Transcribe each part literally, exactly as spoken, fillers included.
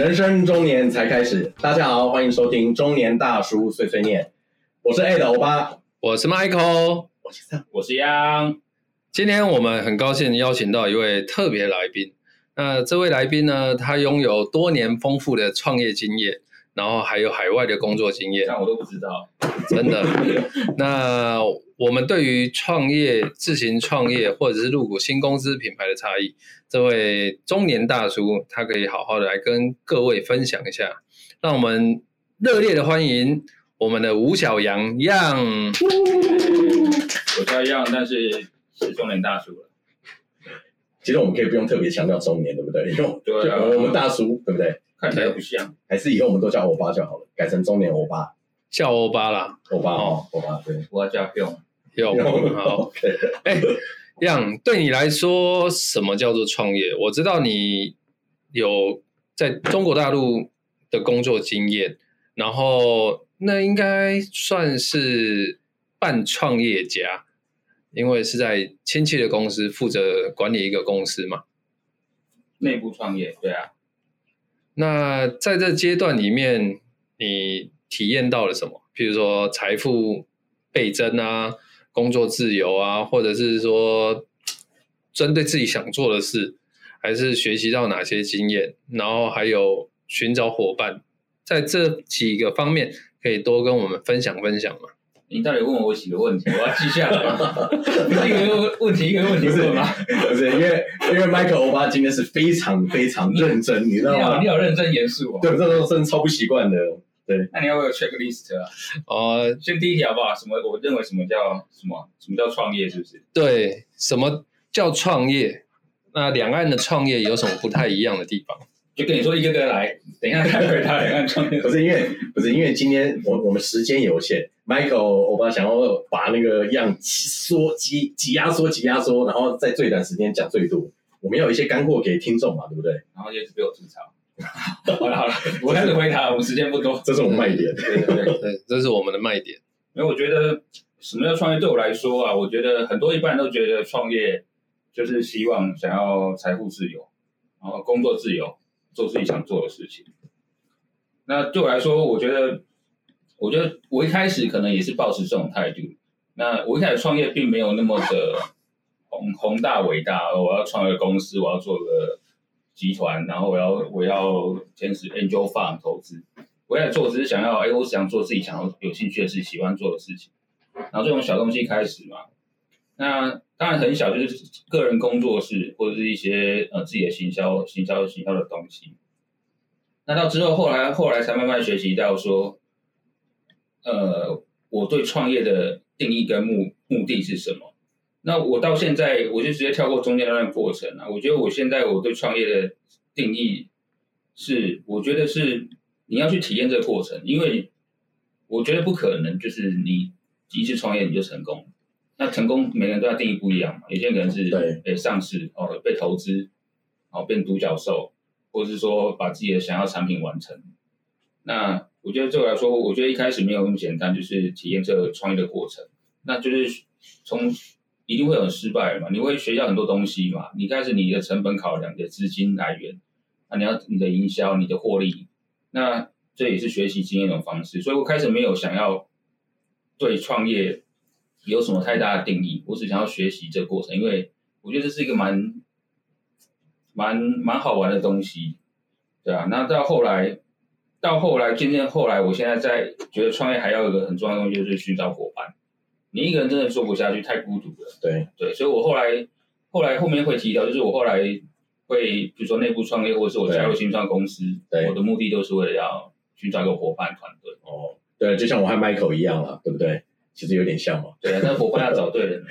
人生中年才开始，大家好，欢迎收听中年大叔碎碎念。我是 A 的欧巴， 我是 Michael， 我是 Sam， 我是央。 今天我们很高兴邀请到一位特别来宾。那这位来宾呢，他拥有多年丰富的创业经验，然后还有海外的工作经验。 但我都不知道， 真的。那我们对于创业、自行创业或者是入股新公司品牌的差异，这位中年大叔他可以好好的来跟各位分享一下。让我们热烈的欢迎我们的吴小阳样。 我叫样，但是是中年大叔了。 其实我们可以不用特别强调中年，对不对？因为对啊， 我们大叔，对不对？ 看起来不像， 还是以后我们都叫欧巴就好了，改成中年欧巴， 叫欧巴啦， 欧巴哦，欧巴对， 我要叫用用好。哎，样对你来说，什么叫做创业？我知道你有在中国大陆的工作经验，然后那应该算是半创业家。因为是在亲戚的公司负责管理一个公司嘛， 内部创业，对啊。 那在这阶段里面，你体验到了什么？譬如说财富倍增啊，工作自由啊，或者是说针对自己想做的事，还是学习到哪些经验？然后还有寻找伙伴，在这几个方面可以多跟我们分享分享吗？ 你到底问我几个问题？我要记下来。不是一个问题一个问题问吗？ 不是，因为因为 Michael 欧巴今天是非常非常认真，你知道吗？ 你好认真严肃哦。 对，这都真的超不习惯的。对， 那你要不要有 checklist 啊？哦、呃，先第一条好不好？什么？我认为什么叫什么？什么叫创业？是不是？ 对，什么叫创业？那两岸的创业有什么不太一样的地方？ 就跟你说一个个来，等一下再回答两岸创业。 不是因为不是因为今天我我们时间有限 ，Michael 欧巴想要把那个样缩挤挤压缩挤压缩，然后在最短时间讲最多。我们要有一些干货给听众嘛，对不对？ 然后就一直被我吐槽。好了好了，我开始回答，我们时间不多， 这是我们卖点。 对对对对，这是我们的卖点。 因为我觉得什么叫创业对我来说啊，我觉得很多一般人都觉得创业就是希望想要财富自由，然后工作自由。做自己想做的事情。那对我来说，我觉得，我觉得我一开始可能也是抱持这种态度。那我一开始创业并没有那么的宏宏大伟大，我要创个公司，我要做个集团，然后我要我要天使 angel fund 投资。我一开始做只是想要，哎，我只想做自己想要有兴趣的事，喜欢做的事情。然后这种小东西开始嘛。那当然很小，就是个人工作室或者是一些呃自己的行销、行销、行销的东西。那到之后，后来后来才慢慢学习到说，呃，我对创业的定义跟目目的是什么？那我到现在，我就直接跳过中间那段过程啊。我觉得我现在我对创业的定义是，我觉得是你要去体验这个过程，因为我觉得不可能就是你一次创业你就成功。那成功每个人都要定义不一样嘛，有些人可能是诶上市哦，被投资哦变独角兽，或者是说把自己的想要产品完成。那我觉得对我来说，我觉得一开始没有那么简单，就是体验这个创业的过程。那就是从一定会有失败嘛，你会学到很多东西嘛。你开始你的成本考量，你的资金来源，那你要你的营销，你的获利，那这也是学习经验的方式。所以我开始没有想要对创业有什么太大的定义，我只想要学习这个过程，因为我觉得这是一个蛮蛮蛮好玩的东西，对啊。那到后来，到后来渐渐后来，我现在在觉得创业还要有一个很重要的东西，就是寻找伙伴。你一个人真的做不下去，太孤独了。 对对，所以我后来后来后面会提到，就是我后来会比如说内部创业，或者是我加入新创公司，我的目的都是为了要寻找一个伙伴团队。 哦，对，就像我和 Michael 一样啦，对不对？其实有点像嘛。 对啊，但伙伴要找对人。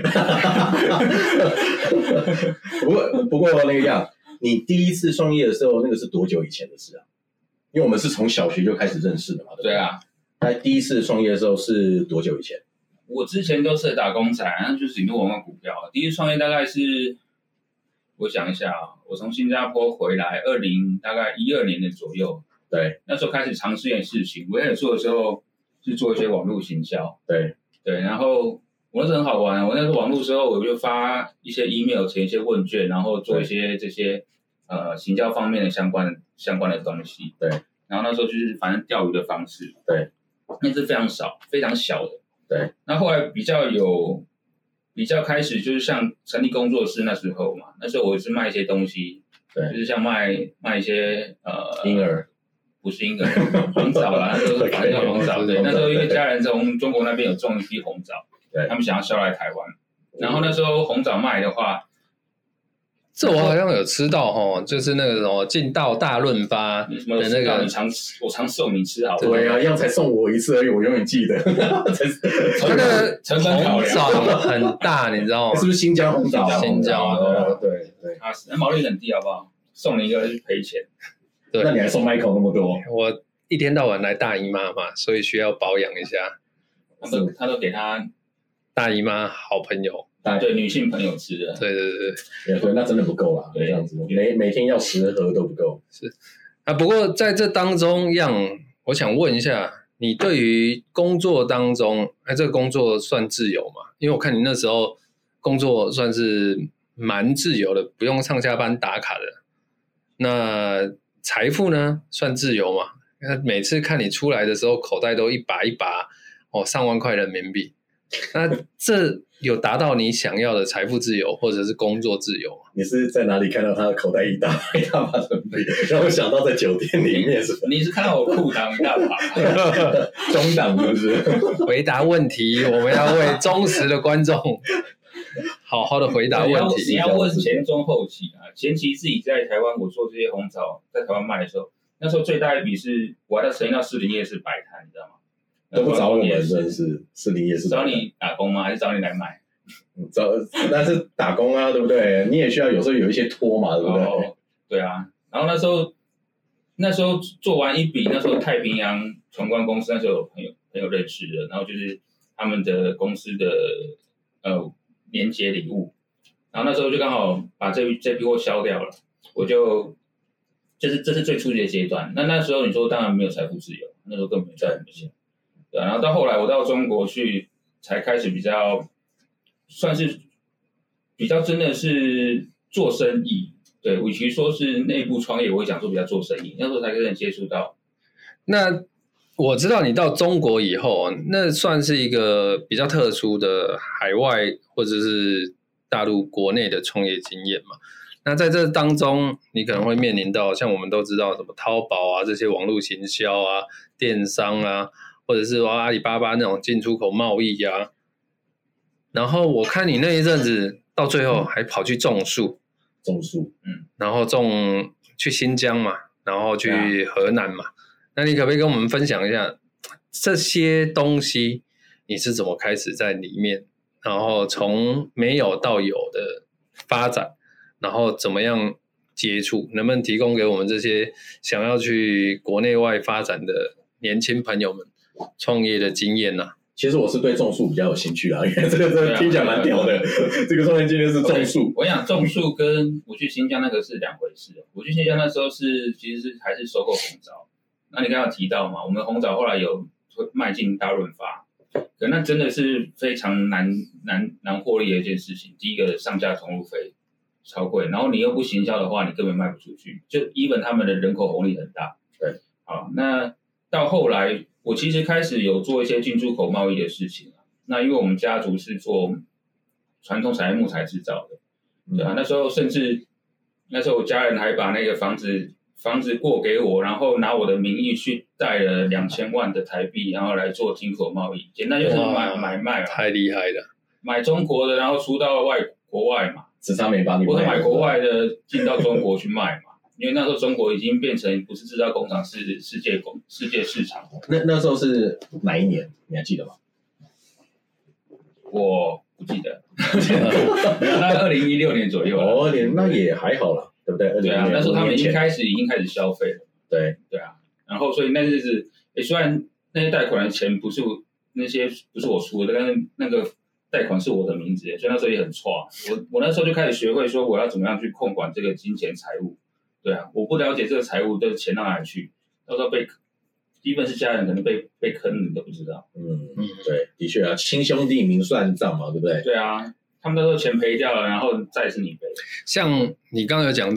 不过不过那个样，你第一次创业的时候，那个是多久以前的事啊？因为我们是从小学就开始认识的嘛，对不对？ 对啊。 那第一次创业的时候是多久以前？ 我之前都是打工仔，那就是很多网络股票。第一次创业大概是，我想一下啊，我从新加坡回来，二零大概一二年的左右。 对。 那时候开始尝试一点事情，我开始做的时候是做一些网络行销。 对。 对，然后我那时候很好玩，我那时候网络的时候我就发一些 email 填一些问卷，然后做一些这些呃行销方面的相关的相关的东西。 对。 然后那时候就是反正钓鱼的方式。 对。 那是非常少，非常小的。 对。 那后来比较有比较开始就是像成立工作室那时候嘛，那时候我是卖一些东西。 对。 就是像卖卖一些呃婴儿。 不是婴儿，红枣啦，那时候反正红枣。对，那时候因为家人从中国那边有种一批红枣， 对， 他们想要销来台湾。然后那时候红枣卖的话， 这我好像有吃到哦，就是那个什么劲道大润发的那个，你常我常送你吃好。 对啊，一样才送我一次而已，我永远记得。 那个红枣很大，你知道吗？ 是不是新疆红枣？ 新疆哦，对对。 啊，那毛利很低，好不好？送你一个赔钱。 对， 那你还送 Michael 那么多？ 我一天到晚来大姨妈嘛，所以需要保养一下。 他都他都给他大姨妈好朋友， 对女性朋友吃的。 对对对对，对，那真的不够啦，这样子每每天要十盒都不够。 是啊，不过在这当中，样我想问一下，你对于工作当中，哎，这个工作算自由吗？因为我看你那时候工作算是蛮自由的，不用上下班打卡的。那财富呢，算自由吗？每次看你出来的时候，口袋都一把一把哦，上万块人民币。那这有达到你想要的财富自由，或者是工作自由吗？ 你是在哪里看到他的口袋一大把一大把人民币？让我想到在酒店里面是吧？ 你是看到我裤裆一大把， 中档是不是？ 回答问题，我们要为忠实的观众好好的回答问题。 你要问前中后期啊，前期自己在台湾，我做这些红枣在台湾卖的时候，那时候最大一笔是我还要乘到士林夜市摆摊，你知道吗？ 都不找我们，真是士林夜市找你打工吗？还是找你来买？ 找，但是打工啊，对不对？你也需要有时候有一些托嘛，对不对？ 哦，对啊。然后那时候那时候做完一笔，那时候太平洋船官公司那时候有朋友朋友认识的，然后就是他们的公司的呃年节礼物，然后那时候就刚好把这这批货销掉了，我就就是这是最初级的阶段。那那时候你说当然没有财富自由，那时候根本没赚什么钱，对啊。然后到后来我到中国去，才开始比较算是比较真的是做生意。对，与其说是内部创业，我会讲说比较做生意，那时候才跟人接触到。 那我知道你到中国以后，那算是一个比较特殊的海外或者是大陆国内的创业经验嘛。那在这当中，你可能会面临到像我们都知道什么淘宝啊这些网络行销啊、电商啊，或者是说阿里巴巴那种进出口贸易啊。然后我看你那一阵子到最后还跑去种树。 种树， 嗯，然后种去新疆嘛，然后去河南嘛，那你可不可以跟我们分享一下这些东西你是怎么开始在里面，然后从没有到有的发展，然后怎么样接触，能不能提供给我们这些想要去国内外发展的年轻朋友们创业的经验呢、啊？ 其实我是对种树比较有兴趣啦，因为这个真的听起来蛮屌的。这个创业经验是种树。 我想种树跟我去新疆那个是两回事。我去新疆那时候是其实是还是收购红枣。那你刚刚提到嘛，我们红枣后来有迈进大润发，可那真的是非常难难难获利的一件事情。第一个上架通路费超贵，然后你又不行销的话，你根本卖不出去。就 even 他们的人口红利很大。 对， 好，那到后来。我其实开始有做一些进出口贸易的事情啊。那因为我们家族是做传统产业木材制造的，对啊，那时候甚至那时候我家人还把那个房子房子过给我，然后拿我的名义去贷了两千万的台币，然后来做进口贸易。简单就是买买卖嘛， 太厉害了， 买中国的，然后出到外国外嘛， 只差没把你买， 或者买国外的进到中国去卖嘛。因为那时候中国已经变成不是制造工厂，是世界工世界市场。 那那时候是哪一年？你还记得吗？ 我不记得，那二零一六年左右了。 哦，那也还好啦，对不对？ 对啊，那时候他们已经开始已经开始消费了。 对对啊，然后所以那日子，诶，虽然那些贷款的钱不是那些不是我出的，但是那个贷款是我的名字，所以那时候也很挫。我我那时候就开始学会说我要怎么样去控管这个金钱财务。对啊，我不了解这个财务的钱到哪里去，到时候被，即便是家人可能被被坑，你都不知道。 嗯嗯，对，的确啊，亲兄弟明算账嘛，对不对？ 对啊，他们那时候钱赔掉了，然后债是你赔。 像你刚刚有讲到，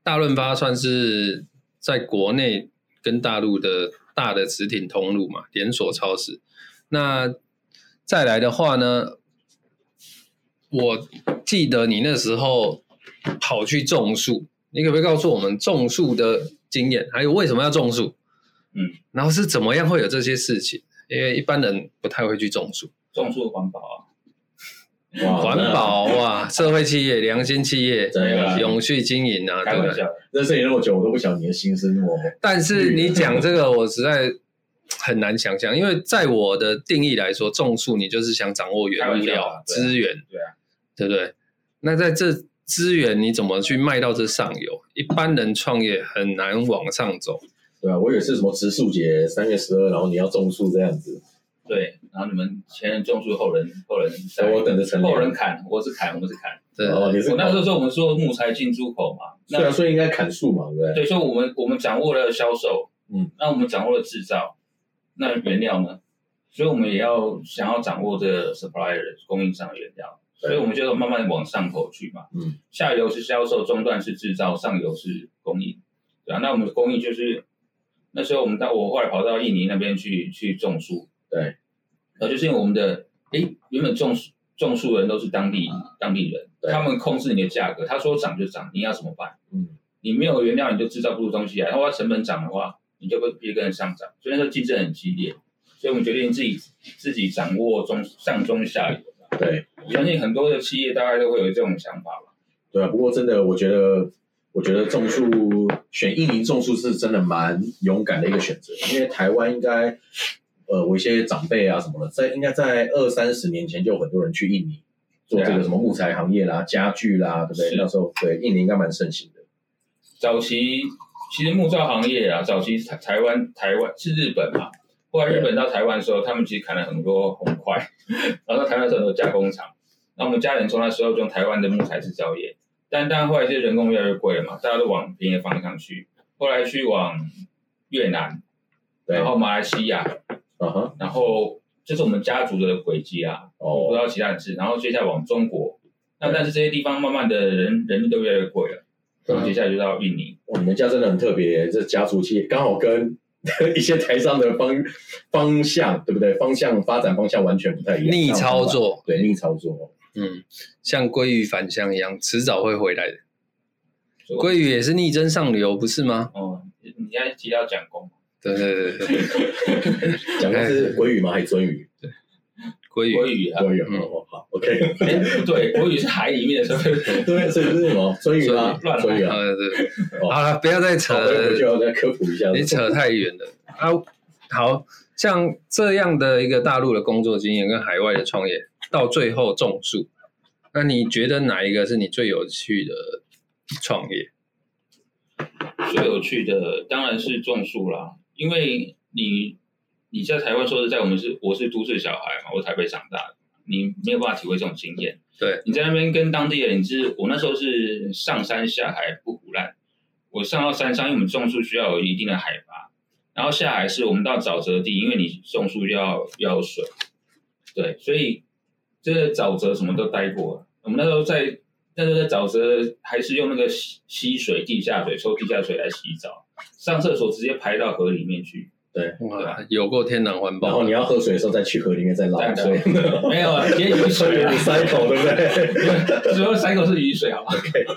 大润发算是在国内跟大陆的大的直挺通路嘛，连锁超市。那再来的话呢，我记得你那时候跑去种树，你可不可以告诉我们种树的经验，还有为什么要种树？ 嗯， 然后是怎么样会有这些事情？因为一般人不太会去种树。 种树环保啊， 环保哇，社会企业、良心企业，永续经营啊，对不对？ 认识你那么久，我都不晓得你的心思那么。 但是你讲这个，我实在很难想象，因为在我的定义来说，种树你就是想掌握原物料、资源， 对啊， 对不对？那在这资源你怎么去卖到这上游？一般人创业很难往上走。 对啊，我以为是什么植树节，三月十二，然后你要种树这样子。 对，然后你们前人种树，后人后人在，我等着乘凉。 后人砍，我是砍，我们是砍。 对， 哦，你是。 我那时候说我们说木材进出口嘛， 对啊，所以应该砍树嘛，对不对？ 对，所以我们我们掌握了销售， 嗯， 那我们掌握了制造，那原料呢？所以我们也要想要掌握这个 supplier 供应商的原料，所以我们就慢慢往上头去嘛。 嗯， 下游是销售，中段是制造，上游是供应。对啊，那我们的供应就是那时候我们到我后来跑到印尼那边去去种树， 对。 然后就是因为我们的诶原本种种树的人都是当地当地人，他们控制你的价格，他说涨就涨，你要怎么办？ 嗯， 你没有原料你就制造不出东西来，然后成本涨的话，你就会别跟人上涨，所以那时候竞争很激烈，所以我们决定自己自己掌握中上中下游。 对， 我相信很多的企业大概都会有这种想法吧。 对啊，不过真的我觉得。我觉得种树选印尼种树是真的蛮勇敢的一个选择，因为台湾应该，呃，我一些长辈啊什么的，在应该在二三十年前就有很多人去印尼做这个什么木材行业啦、家具啦，对不对？那时候对印尼应该蛮盛行的。 早期其实木造行业啊，早期台台湾台湾是日本嘛，后来日本到台湾的时候，他们其实砍了很多红块，然后到台湾的时候有加工厂，那我们家人从那时候就用台湾的木材制造业。但但后来这人工越来越贵了嘛，大家都往便宜的方向去，后来去往越南，然后马来西亚， uh-huh. 然后这是我们家族的轨迹啊，我不知道其他人是，然后接下来往中国，那但是这些地方慢慢的人人力都越来越贵了，然后接下来就到印尼。 哇，你们家真的很特别，这家族企业刚好跟一些台商的方方向，对不对？方向发展方向完全不太一样， 逆操作， 对，逆操作。 嗯，像鲑鱼返乡一样，迟早会回来的。鲑鱼也是逆增上流，不是吗？ 哦，你现在提到蒋公， 对对对对， 蒋公是鲑鱼吗？还是鳟鱼？ 对，鲑鱼， 鲑鱼啊， 鲑鱼，哦，好 ，OK。 哎，不对，鲑鱼是海里面的，所以对，所以是什么？鳟鱼吗？ 鳟鱼啊， 对。好了，不要再扯了， 我就要再科普一下。 你扯太远了啊！好像这样的一个大陆的工作经验跟海外的创业。到最后种树，那你觉得哪一个是你最有趣的创业？ 最有趣的当然是种树啦，因为你你在台湾说实在，我们是我是都市小孩嘛，我台北长大的，你没有办法体会这种经验。 对， 你在那边跟当地人，你是我那时候是上山下海不胡乱，我上到山上，因为我们种树需要有一定的海拔，然后下海是我们到沼泽地，因为你种树要要有水，对，所以。这个沼泽什么都待过，我们那时候在那时候在沼泽还是用那个溪水、地下水抽地下水来洗澡，上厕所直接排到河里面去。 对， 哇，有够天然环保。 然后你要喝水的时候再去河里面再捞水。 没有啊，直接雨水啊， 塞口对不对？ 主要塞口是雨水好吧？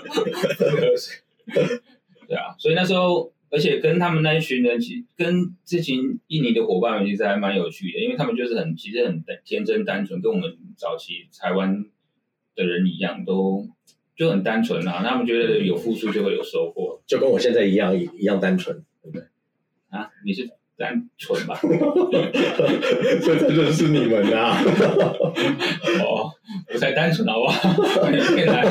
对啊，所以那时候。而且跟他们那一群人，其跟这群印尼的伙伴们其实还蛮有趣的，因为他们就是很其实很天真单纯，跟我们早期台湾的人一样，都就很单纯啊。他们觉得有付出就会有收获， 就跟我现在一样一样单纯，对不对？ 啊，你是单纯吧？ 所以才认识你们啊！ 哦，我才单纯好不好？你骗来。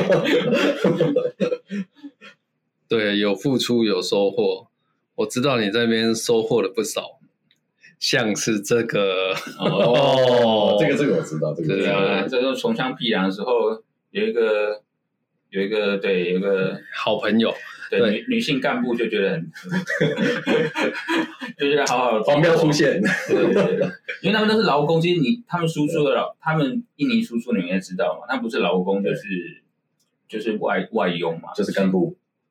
对，有付出有收获，我知道你在那边收获了不少，像是这个哦，这个这个我知道，这个对啊，这时候穷乡僻壤的时候，有一个有一个对有一个好朋友， 对, 对 女, 女性干部就觉得很，就觉得好好的黄标出现， 对对对，因为他们都是劳工，其实你他们输出的劳，他们印尼输出你应该知道嘛，他不是劳工就是就是外外佣嘛， 就是干部。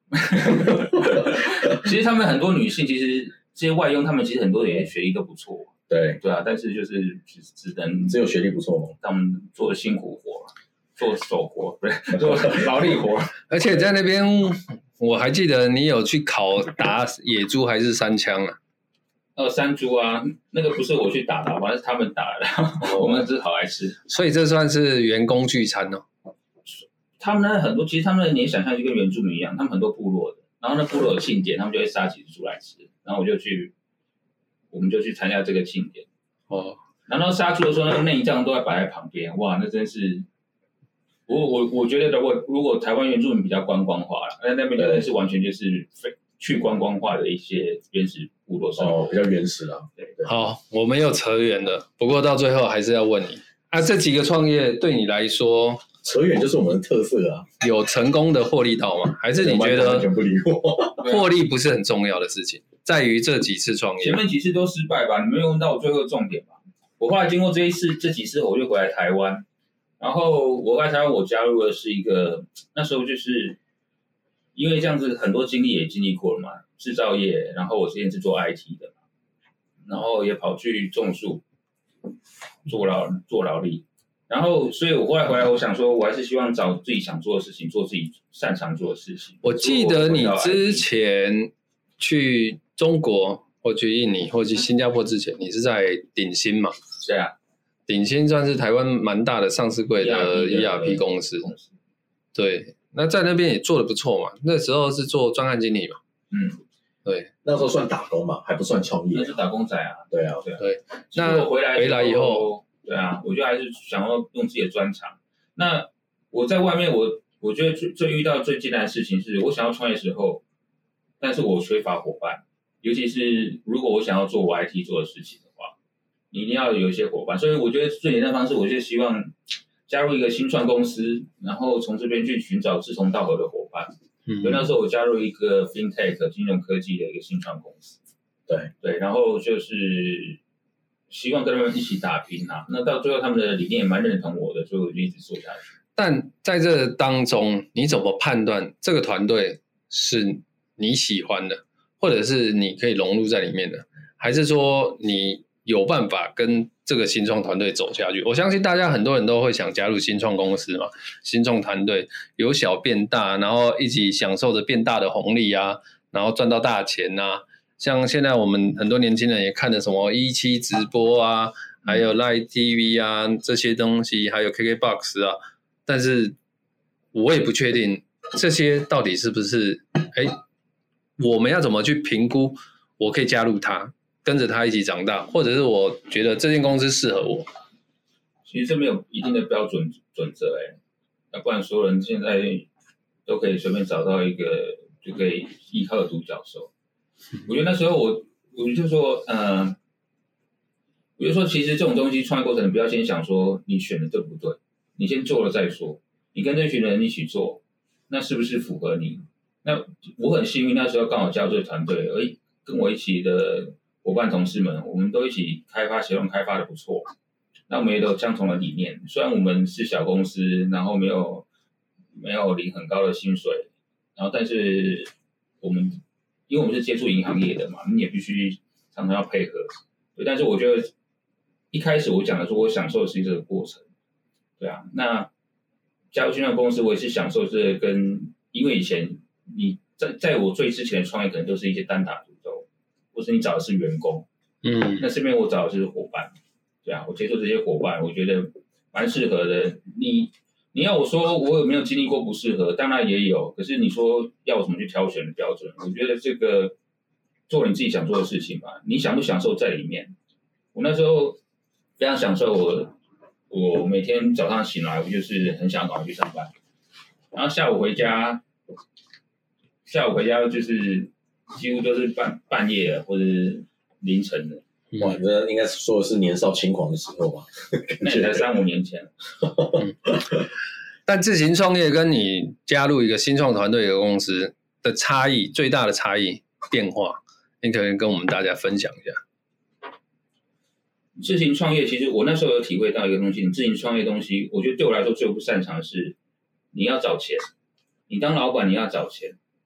其实他们很多女性，其实这些外佣，他们其实很多也学历都不错。 对对啊，但是就是只只能只有学历不错吗？ 他们做辛苦活，做手活，对，做劳力活。 而且在那边，我还记得你有去考打野猪还是山枪啊？ 呃，山猪啊，那个不是我去打的，反正是他们打的，我们只好来吃。 所以这算是员工聚餐哦。 他们那很多，其实他们你想象就跟原住民一样，他们很多部落的，然后那部落有庆典，他们就会杀几只猪来吃，然后我就去，我们就去参加这个庆典。 哦， 然后杀猪的时候，那个内脏都在摆在旁边，哇，那真是，我我我觉得如果如果台湾原住民比较观光化了，那那边真的是完全就是非去观光化的一些原始部落生活， 哦，比较原始啊。 对对。 好，我们又扯远了，不过到最后还是要问你啊，这几个创业对你来说， 扯远就是我们的特色啊。 有成功的获利到吗？还是你觉得完全不理我？ 获利不是很重要的事情，在于这几次创业。 前面几次都失败吧，你没有问到我最后的重点吧？我后来经过这一次、这几次，我就回来台湾，然后我回来台湾，我加入的是一个那时候就是因为这样子很多经历也经历过了嘛，制造业，然后我之前是做 I T 的嘛，然后也跑去种树，做劳做劳力，然后所以我后来回来，我想说，我还是希望找自己想做的事情，做自己擅长做的事情。 我记得你之前去中国或去印尼或去新加坡之前，你是在鼎新嘛？ 对啊， 鼎新算是台湾蛮大的上市柜的 E R P 公司。对，那在那边也做得不错嘛。那时候是做专案经理嘛。 嗯， 对，那时候算打工嘛，还不算创业。 那是打工仔啊。 对啊， 对啊。 对，那回来回来以后， 对啊，我就还是想要用自己的专长。那我在外面我，我我觉得最最遇到最艰难的事情是，我想要创业的时候，但是我缺乏伙伴，尤其是如果我想要做我 I T 做的事情的话，你一定要有一些伙伴。所以我觉得最简单的方式，我就希望加入一个新创公司，然后从这边去寻找志同道合的伙伴。 嗯， 所以那时候我加入一个 FinTech 金融科技的一个新创公司。 对对，然后就是希望跟他们一起打拼啊。那到最后他们的理念也蛮认同我的，所以我就一直做下去。 但在这当中，你怎么判断这个团队是你喜欢的，或者是你可以融入在里面的，还是说你有办法跟这个新创团队走下去？我相信大家很多人都会想加入新创公司嘛，新创团队由小变大，然后一起享受着变大的红利啊，然后赚到大钱啊。像现在我们很多年轻人也看的什么一期直播啊，还有 Live T V 啊这些东西，还有 K K B O X 啊，但是我也不确定这些到底是不是，哎，我们要怎么去评估我可以加入他，跟着他一起长大，或者是我觉得这间公司适合我？ 其实这没有一定的标准准则哎，要不然所有人现在都可以随便找到一个就可以依靠的独角兽。我觉得那时候我我就说，呃，我就说其实这种东西创业过程，不要先想说你选的对不对，你先做了再说。你跟这群人一起做，那是不是符合你？那我很幸运，那时候刚好加入这个团队，而跟我一起的伙伴同事们，我们都一起开发协同开发的不错。那我们也都有相同的理念，虽然我们是小公司，然后没有没有领很高的薪水，然后但是我们因为我们是接触银行业的嘛，你也必须常常要配合。对，但是我觉得一开始我讲的说，我享受的是这个过程。对啊，那加入新创公司，我也是享受这跟，因为以前你在在我最之前的创业，可能都是一些单打独斗，或是你找的是员工， 嗯， 那这边我找的是伙伴。对啊，我接触这些伙伴，我觉得蛮适合的。你你要我说我有没有经历过不适合，当然也有。可是你说要我怎么去挑选的标准，我觉得这个做你自己想做的事情吧，你享不享受在里面？我那时候非常享受我，我每天早上醒来，我就是很想赶快去上班，然后下午回家，下午回家就是几乎都是半半夜或者是凌晨的。 哇，这应该说的是年少轻狂的时候吧？ 那也才三五年前。 嗯、但自行创业跟你加入一个新创团队的公司的差异，最大的差异变化，你可以跟我们大家分享一下。 自行创业，其实我那时候有体会到一个东西，你自行创业的东西，我觉得对我来说最不擅长的是，你要找钱，你当老板你要找钱，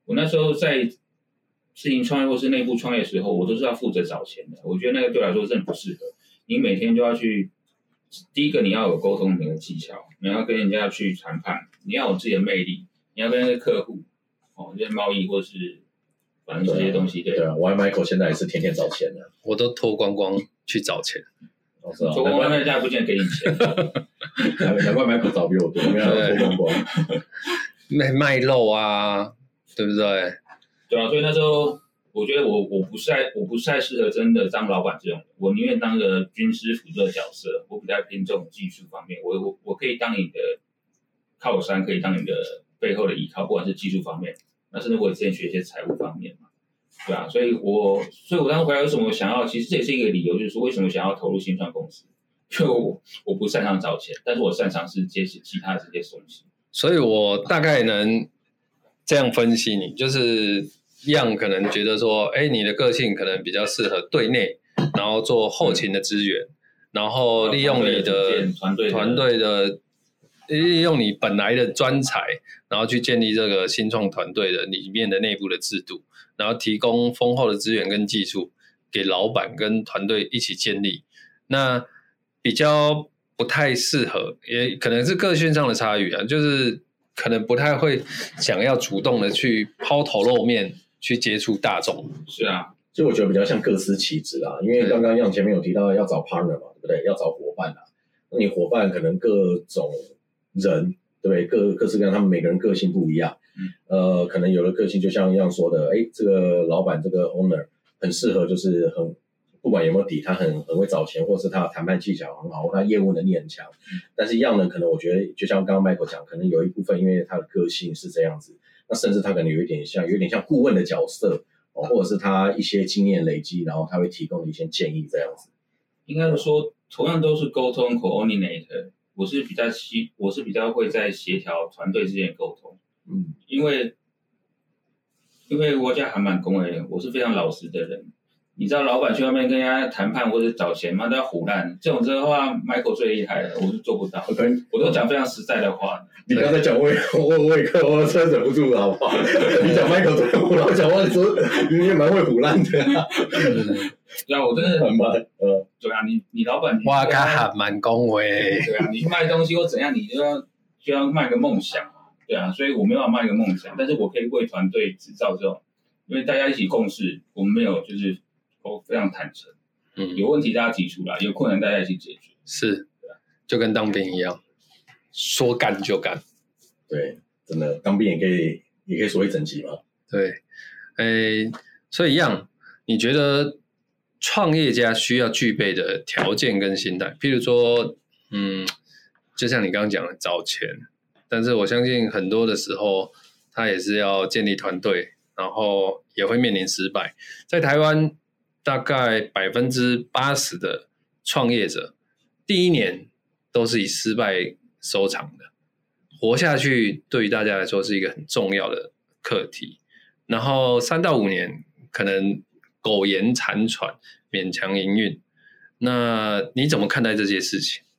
我那时候在自营创业或是内部创业的时候，我都是要负责找钱的。我觉得那个对我来说真的不适合。你每天就要去，第一个你要有沟通的技巧，你要跟人家去谈判，你要有自己的魅力，你要跟那个客户，哦，这些贸易或是反正这些东西，对。 对啊，我和 Michael 现在也是天天找钱的， 我都脱光光去找钱。 哦是啊， 脱光光那家不见得给你钱， 难怪 Michael 找比我多，因为他脱光光。 卖卖肉啊，对不对？ 对啊，所以那时候我觉得我我不是太我不是太适合真的当老板这种人，我宁愿当个军师辅助的角色，我比较偏重技术方面，我我我可以当你的靠山，可以当你的背后的依靠，不管是技术方面，那甚至我之前学一些财务方面嘛，对啊，所以我所以我当时回来为什么想要，其实这也是一个理由，就是说为什么想要投入新创公司，因为我我不擅长找钱，但是我擅长是接其他的这些东西。 所以我大概能这样分析你，就是样可能觉得说，哎，你的个性可能比较适合对内，然后做后勤的支援，然后利用你的团队团队的，利用你本来的专才，然后去建立这个新创团队的里面的内部的制度，然后提供丰厚的资源跟技术给老板跟团队一起建立。那比较不太适合，也可能是个性上的差异啊，就是可能不太会想要主动的去抛头露面去接触大众。 是啊， 所以我觉得比较像各司其职啦，因为刚刚样前面有提到要找 partner 嘛，对不对？要找伙伴啦，那你伙伴可能各种人，对不对？各各式各样，他们每个人个性不一样， 嗯， 呃，可能有的个性就像样说的，哎，这个老板这个 owner 很适合，就是很。不管有没有底，他很很会找钱，或是他谈判技巧很好，或他业务能力很强。嗯、但是一样呢，可能我觉得就像刚刚 Michael 讲，可能有一部分因为他的个性是这样子，那甚至他可能有一点像，有一点像顾问的角色，哦，或者是他一些经验累积，然后他会提供一些建议这样子。 应该是说，同样都是沟通 coordinator， 我是比较希，我是比较会在协调团队之间的沟通。嗯，因为因为我家还蛮恭维的，我是非常老实的人。你知道老板去外面跟人家谈判或者找钱嘛，都要唬烂。这种的话 ，Michael 最厉害了，我是做不到。Okay. 我都讲非常实在的话。 你刚才讲我我我也我真的忍不住了，好不好？你讲 Michael 最会唬烂，讲话说你也蛮会唬烂的、啊。 对啊，我真的很蛮呃， 对啊，你你老板， 哇，他还蛮恭维。 对啊，你卖东西或怎样，你就要就要卖个梦想，对啊，所以我没有卖个梦想，但是我可以为团队制造这种，因为大家一起共事，我们没有就是。都非常坦诚，嗯，有问题大家提出来，有困难大家一起解决， 是，就跟当兵一样，说干就干。 对，真的当兵也可以，也可以说一整集嘛。 对，诶，所以一样，你觉得创业家需要具备的条件跟心态，譬如说，嗯，就像你刚刚讲的找钱，但是我相信很多的时候，他也是要建立团队，然后也会面临失败，在台湾。大概百分之八十的创业者第一年都是以失败收场的，活下去对于大家来说是一个很重要的课题。然后三到五年可能苟延残喘，勉强营运。那你怎么看待这些事情？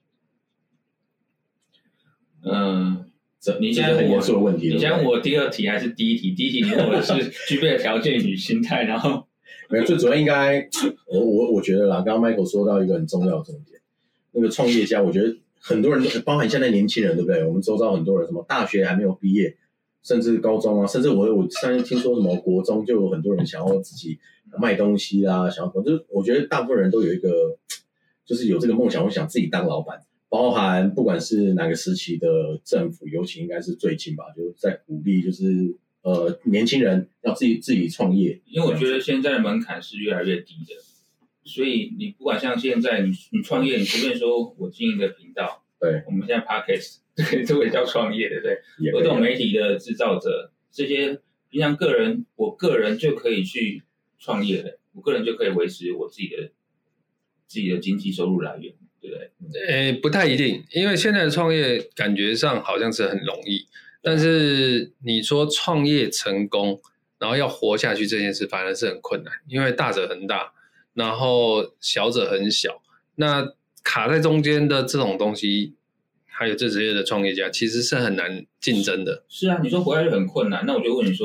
嗯，你现在很严肃的问题。 你现在问我第二题还是第一题？第一题你问我是具备的条件与心态，然后。 没有，最主要应该，我我我觉得啦，刚刚 Michael 说到一个很重要的重点，那个创业家，我觉得很多人都，包含现在年轻人，对不对？我们周遭很多人，什么大学还没有毕业，甚至高中啊，甚至我我上次听说什么国中就有很多人想要自己卖东西啦，想要，就是我觉得大部分人都有一个，就是有这个梦想，我想自己当老板，包含不管是哪个时期的政府，尤其应该是最近吧，就是在鼓励，就是。呃，年轻人要自己自己创业， 因为我觉得现在的门槛是越来越低的，所以你不管像现在你你创业，你随便说我经营一个频道， 对， 我们现在 podcast 对，这个也叫创业，对不对？有这种媒体的制造者，这些平常个人，我个人就可以去创业的，我个人就可以维持我自己的自己的经济收入来源，对不对？ 呃，不太一定，因为现在的创业感觉上好像是很容易。但是你说创业成功，然后要活下去这件事反而是很困难，因为大者很大，然后小者很小，那卡在中间的这种东西，还有这职业的创业家其实是很难竞争的。 是啊，你说活下去很困难，那我就问你说，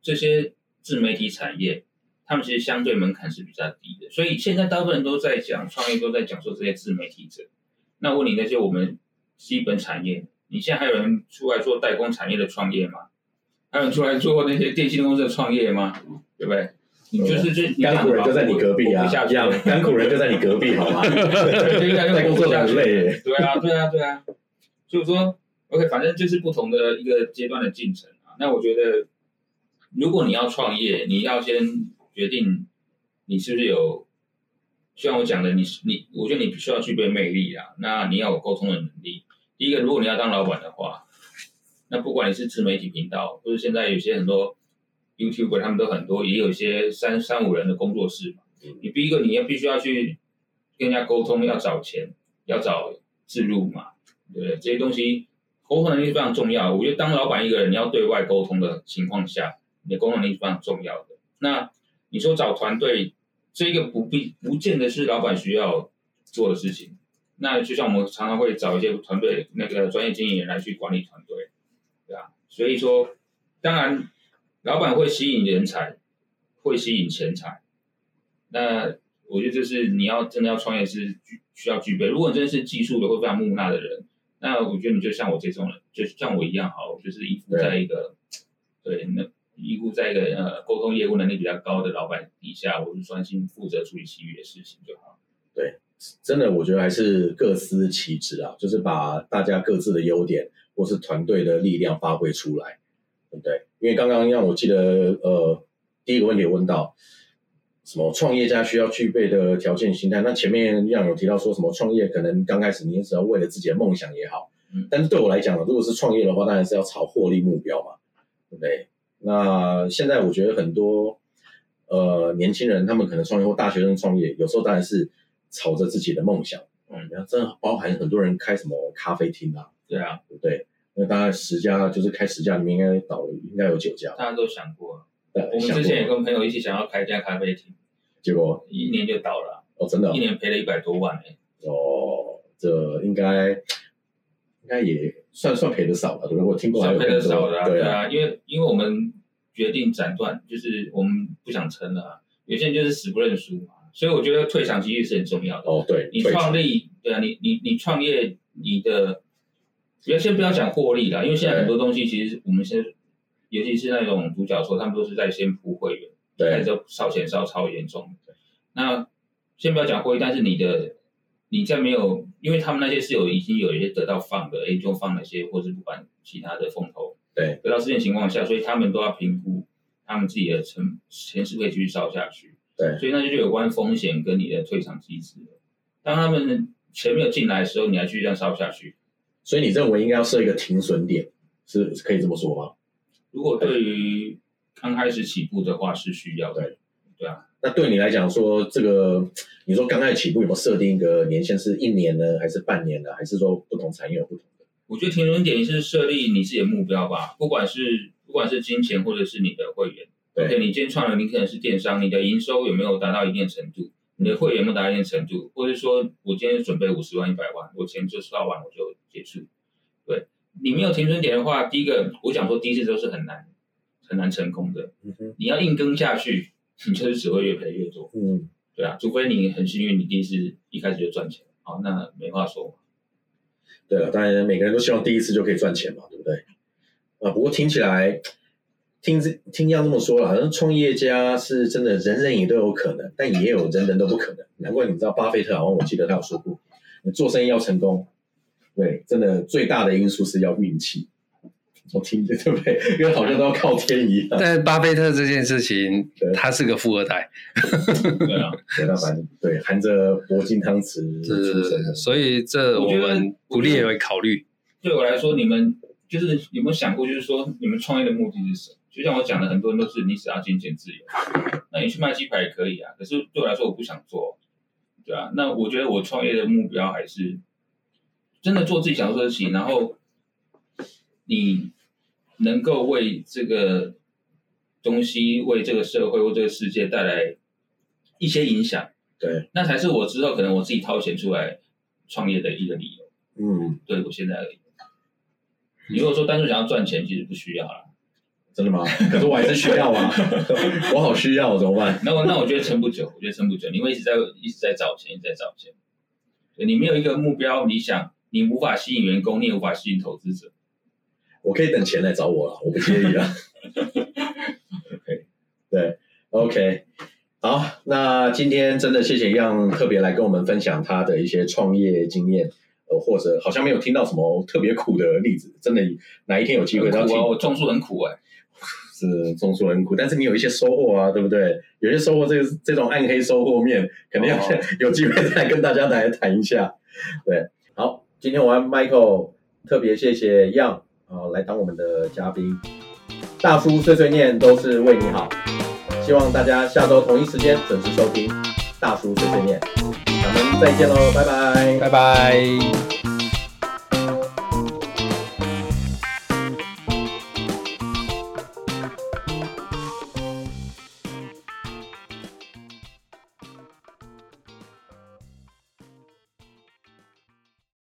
这些自媒体产业，他们其实相对门槛是比较低的，所以现在大部分人都在讲创业，都在讲说这些自媒体者。那问你那些我们基本产业，你现在还有人出来做代工产业的创业吗？还有人出来做那些电信公司的创业吗？对不对？你就是就甘苦人就在你隔壁啊，一样，甘苦人就在你隔壁，好吗？在工作很累， 对啊，对啊，对啊。所以说 ，OK， 反正就是不同的一个阶段的进程啊。那我觉得，如果你要创业，你要先决定你是不是有，像我讲的，你你，我觉得你需要具备魅力啊。那你要有沟通的能力。第一个，如果你要当老板的话，那不管你是自媒体频道，或者现在有些很多 YouTuber， 他们都很多，也有一些三三五人的工作室嘛。你第一个，你要必须要去跟人家沟通，要找钱，要找置入嘛，对不对？这些东西沟通能力是非常重要的。我觉得当老板一个人，你要对外沟通的情况下，你的沟通能力是非常重要的。那你说找团队，这个不必不见得是老板需要做的事情。那就像我们常常会找一些团队那个专业经理人来去管理团队。对啊，所以说，当然，老板会吸引人才，会吸引钱财。那我觉得这是你要真的要创业是需要具备。如果你真的是技术的或非常木讷的人，那我觉得你就像我这种人，就像我一样好，就是依附在一个对那依附在一个呃沟通业务能力比较高的老板底下，我就专心负责处理其余的事情就好。 对，真的我觉得还是各司其职啊，就是把大家各自的优点。或是团队的力量发挥出来，对不对？因为刚刚让我记得，呃，第一个问题有问到什么创业家需要具备的条件心态。那前面让有提到说什么创业可能刚开始你只要为了自己的梦想也好，嗯，但是对我来讲，如果是创业的话，当然是要朝获利目标嘛，对不对？那现在我觉得很多呃年轻人他们可能创业或大学生创业，有时候当然是朝着自己的梦想，嗯，然后真的包含很多人开什么咖啡厅啊。 对啊， 对不对？那大概十家，就是开十家里面应该倒了，应该有九家。 大家都想过，我们之前也跟朋友一起想要开一家咖啡厅， 结果一年就倒了。 哦，真的、哦， 一年赔了一百多万哎、 欸。哦，这应该应该也算算赔的少了，对不对？我听过还有算赔的少的、啊， 对啊，对啊，因为因为我们决定斩断，就是我们不想撑了、啊。有些人就是死不认输嘛，所以我觉得退场机制是很重要的。 哦，对， 你创立，对啊，你你你创业，你的。不要先不要讲获利啦，因为现在很多东西其实我们先，尤其是那种独角兽，他们都是在先铺会员，开始就烧钱烧超严重。那先不要讲获利，但是你的你在没有，因为他们那些是有已经有一些得到放的，哎，就放那些或是不管其他的风投， 对， 得到事件情况下，所以他们都要评估他们自己的成钱是不是可以继续烧下去。 对， 所以那就有关风险跟你的退场机制。当他们钱没有进来的时候，你还继续这样烧下去。 所以你认为应该要设一个停损点，是可以这么说吗？ 如果对于刚开始起步的话是需要的，对，对啊。 那对你来讲说，这个你说刚开始起步有没有设定一个年限，是一年呢，还是半年呢，还是说不同产业有不同的？ 我觉得停损点是设立你自己的目标吧，不管是不管是金钱或者是你的会员。对， OK， 你今天创了，你可能是电商，你的营收有没有达到一定程度？你的会员有没有达到一定程度？或者说我今天准备五十万、一百万，我钱就烧完我就结束。对，你没有停损点的话，第一个我讲说第一次都是很难很难成功的。嗯哼，你要硬跟下去，你就是只会越赔越多。嗯，对啊，除非你很幸运，你第一次一开始就赚钱，好，那没话说嘛。 对了，当然每个人都希望第一次就可以赚钱嘛，对不对？啊，不过听起来。听听这样这么说了，好像创业家是真的人人也都有可能，但也有人人都不可能。难怪你知道巴菲特好像我记得他有说过，你做生意要成功，对，真的最大的因素是要运气。我听对不对？因为好像都要靠天一样。 但巴菲特这件事情，他是个富二代。 对啊， 对，他反正对含着铂金汤匙出生的， 所以这我们不列为考虑。 对我来说，你们就是有没有想过，就是说你们创业的目的是什么？就像我讲的，很多人都是你只要金钱自由，那你去卖鸡排也可以啊。可是对我来说，我不想做，对啊。那我觉得我创业的目标还是真的做自己想做的事情，然后你能够为这个东西、为这个社会或这个世界带来一些影响， 对， 那才是我之后可能我自己掏钱出来创业的一个理由。 嗯， 对我现在而言，你如果说单纯想要赚钱，其实不需要啦。 真的吗？可是我还是需要啊，我好需要，怎么办？ 那我那我觉得撑不久，我觉得撑不久，你会一直在一直在找钱，一直在找钱。对，你没有一个目标理想，你无法吸引员工，你也无法吸引投资者。 我可以等钱来找我了，我不介意了。 OK， 对 ，OK， 好，那今天真的谢谢样特别来跟我们分享他的一些创业经验，呃，或者好像没有听到什么特别苦的例子，真的哪一天有机会要听， 我种树很苦哎、欸。 是种树很苦，但是你有一些收获啊，对不对？有些收获，这个这种暗黑收获面，肯定要、哦、有机会再跟大家来谈一下。对，好，今天我和 Michael 特别谢谢样啊、呃、来当我们的嘉宾。大叔碎碎念都是为你好，希望大家下周同一时间准时收听大叔碎碎念，咱们再见喽，拜拜， 拜拜。